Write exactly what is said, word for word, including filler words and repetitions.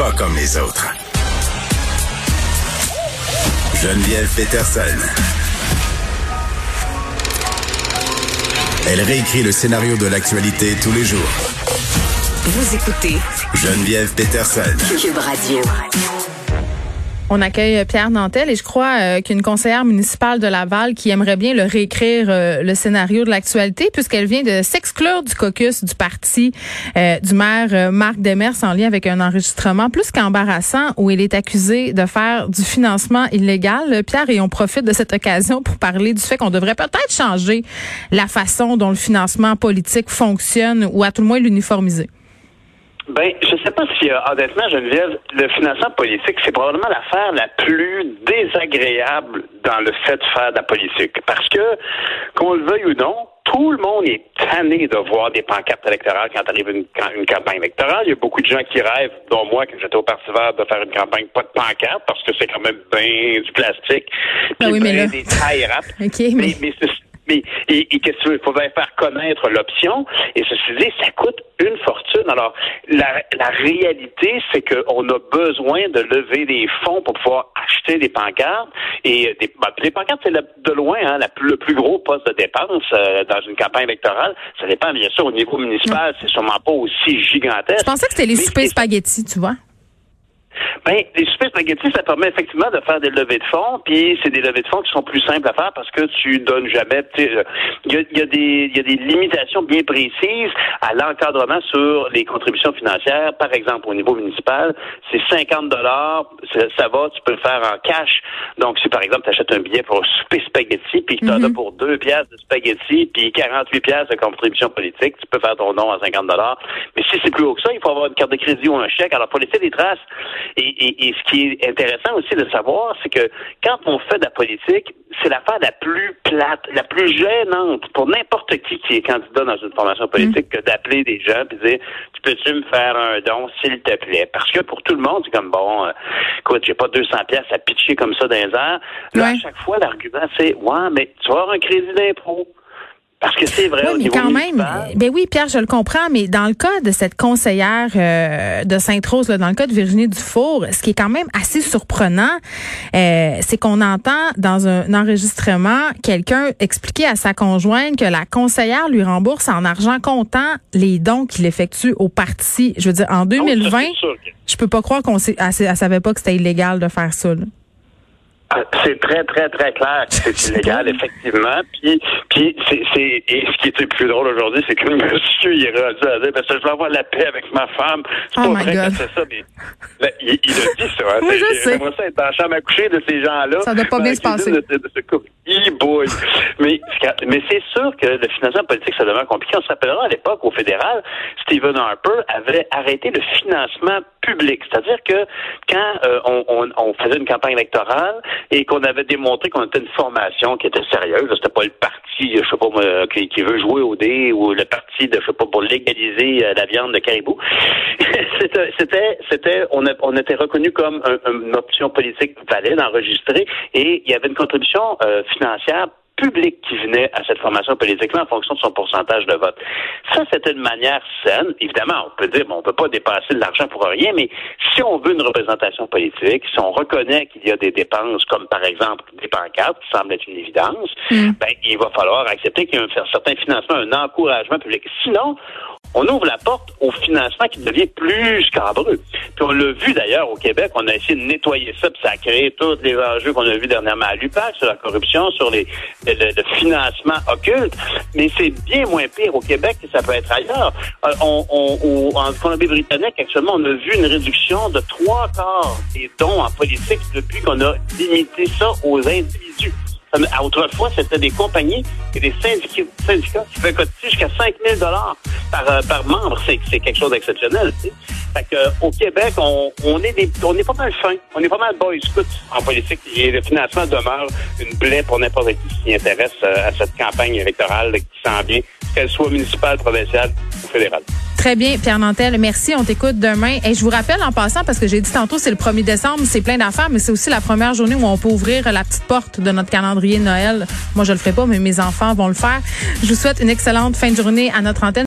Pas comme les autres. Geneviève Peterson. Elle réécrit le scénario de l'actualité tous les jours. Vous écoutez Geneviève Peterson. Cube Radio. On accueille Pierre Nantel et je crois euh, qu'une conseillère municipale de Laval qui aimerait bien le réécrire euh, le scénario de l'actualité puisqu'elle vient de s'exclure du caucus du parti euh, du maire euh, Marc Demers en lien avec un enregistrement plus qu'embarrassant où il est accusé de faire du financement illégal. Pierre, et on profite de cette occasion pour parler du fait qu'on devrait peut-être changer la façon dont le financement politique fonctionne ou à tout le moins l'uniformiser. Ben, je sais pas si, euh, honnêtement, Geneviève, le financement politique, c'est probablement l'affaire la plus désagréable dans le fait de faire de la politique. Parce que, qu'on le veuille ou non, tout le monde est tanné de voir des pancartes électorales quand arrive une, une campagne électorale. Il y a beaucoup de gens qui rêvent, dont moi, quand j'étais au Parti vert, de faire une campagne pas de pancarte, parce que c'est quand même bien du plastique. Ah oui, mais là... des tailles rap. Okay, mais... mais, mais c'est... Mais et, et qu'est-ce que tu veux? Il faudrait faire connaître l'option. Et ceci dit, ça coûte une fortune. Alors, la, la réalité, c'est qu'on a besoin de lever des fonds pour pouvoir acheter des pancartes. Et des, ben, les pancartes, c'est la, de loin hein, la, le plus gros poste de dépense euh, dans une campagne électorale. Ça dépend bien sûr au niveau municipal, c'est sûrement pas aussi gigantesque. Je pensais que c'était les soupers spaghettis, tu vois. Ben, les soupers spaghettis, ça permet effectivement de faire des levées de fonds, puis c'est des levées de fonds qui sont plus simples à faire parce que tu donnes jamais. Il y a, y a des, il y a des limitations bien précises à l'encadrement sur les contributions financières. Par exemple, au niveau municipal, c'est cinquante dollars, ça va, tu peux le faire en cash. Donc, si par exemple tu achètes un billet pour un souper spaghetti, puis que tu en as pour deux piastres de spaghetti, puis quarante-huit piastres de contribution politique, tu peux faire ton nom à cinquante dollars. Mais si c'est plus haut que ça, il faut avoir une carte de crédit ou un chèque. Alors, pour laisser des traces. Et, et, et ce qui est intéressant aussi de savoir, c'est que quand on fait de la politique, c'est l'affaire la plus plate, la plus gênante pour n'importe qui qui est candidat dans une formation politique mmh. que d'appeler des gens et de dire « Tu peux-tu me faire un don, s'il te plaît? » Parce que pour tout le monde, c'est comme « Bon, euh, écoute, j'ai pas deux cents piastres à pitcher comme ça dans les airs. » Là, ouais. à chaque fois, l'argument, c'est « Ouais, mais tu vas avoir un crédit d'impôt. » Parce que c'est vrai. Oui, mais quand même, ben oui, Pierre, je le comprends, mais dans le cas de cette conseillère euh, de Sainte-Rose, là, dans le cas de Virginie Dufour, ce qui est quand même assez surprenant, euh, c'est qu'on entend dans un enregistrement quelqu'un expliquer à sa conjointe que la conseillère lui rembourse en argent comptant les dons qu'il effectue au parti. Je veux dire, en deux mille vingt, oh, que... je peux pas croire qu'on sait, elle, elle savait pas que c'était illégal de faire ça, là. C'est très, très, très clair que c'est illégal, effectivement. Puis, puis c'est, c'est, et ce qui était le plus drôle aujourd'hui, c'est que le monsieur, il est rendu à dire, parce que je vais avoir la paix avec ma femme. C'est oh pas vrai God. que c'est ça, mais là, il, il a dit ça. Hein, oui, je sais. J'aimerais ça être dans la chambre à coucher de ces gens-là. Ça doit pas bien se passer. De, de, de ce couple. E-boy. mais, mais c'est sûr que le financement politique, ça demeure compliqué. On se rappellera à l'époque, au fédéral, Stephen Harper avait arrêté le financement public. C'est-à-dire que quand euh, on, on, on faisait une campagne électorale, et qu'on avait démontré qu'on était une formation qui était sérieuse. C'était pas le parti, je sais pas moi, qui, qui veut jouer au dé ou le parti de, je sais pas, pour légaliser euh, la viande de caribou. c'était, c'était, c'était, on, a, on était reconnu comme un, une option politique valide, enregistrée, et il y avait une contribution euh, financière public qui venait à cette formation politique-là en fonction de son pourcentage de vote. Ça, c'était une manière saine. Évidemment, on peut dire, bon, on peut pas dépasser de l'argent pour rien, mais si on veut une représentation politique, si on reconnaît qu'il y a des dépenses comme, par exemple, des pancartes, qui semble être une évidence, mm. ben, il va falloir accepter qu'il y a un, un certain financement, un encouragement public. Sinon, on ouvre la porte au financement qui devient plus scabreux. Puis on l'a vu d'ailleurs au Québec, on a essayé de nettoyer ça, puis ça a créé tous les enjeux qu'on a vus dernièrement à l'U P A C, sur la corruption, sur les, le, le financement occulte. Mais c'est bien moins pire au Québec que ça peut être ailleurs. Euh, on, on, on, en Colombie-Britannique, actuellement, on a vu une réduction de trois quarts des dons en politique depuis qu'on a limité ça aux individus. Autrefois, c'était des compagnies et des syndicats, syndicats qui pouvaient cotiser jusqu'à cinq mille dollars par, euh, par membre. C'est, c'est quelque chose d'exceptionnel. Tu sais. Fait que, euh, au Québec, on, on est des, on est pas mal fin. On est pas mal boy scout en politique. Et le financement demeure une plaie pour n'importe qui qui s'y intéresse euh, à cette campagne électorale qui s'en vient, qu'elle soit municipale, provinciale ou fédérale. Très bien, Pierre Nantel. Merci. On t'écoute demain. Et je vous rappelle en passant, parce que j'ai dit tantôt, c'est le premier décembre, c'est plein d'affaires, mais c'est aussi la première journée où on peut ouvrir la petite porte de notre calendrier de Noël. Moi, je le ferai pas, mais mes enfants vont le faire. Je vous souhaite une excellente fin de journée à notre antenne.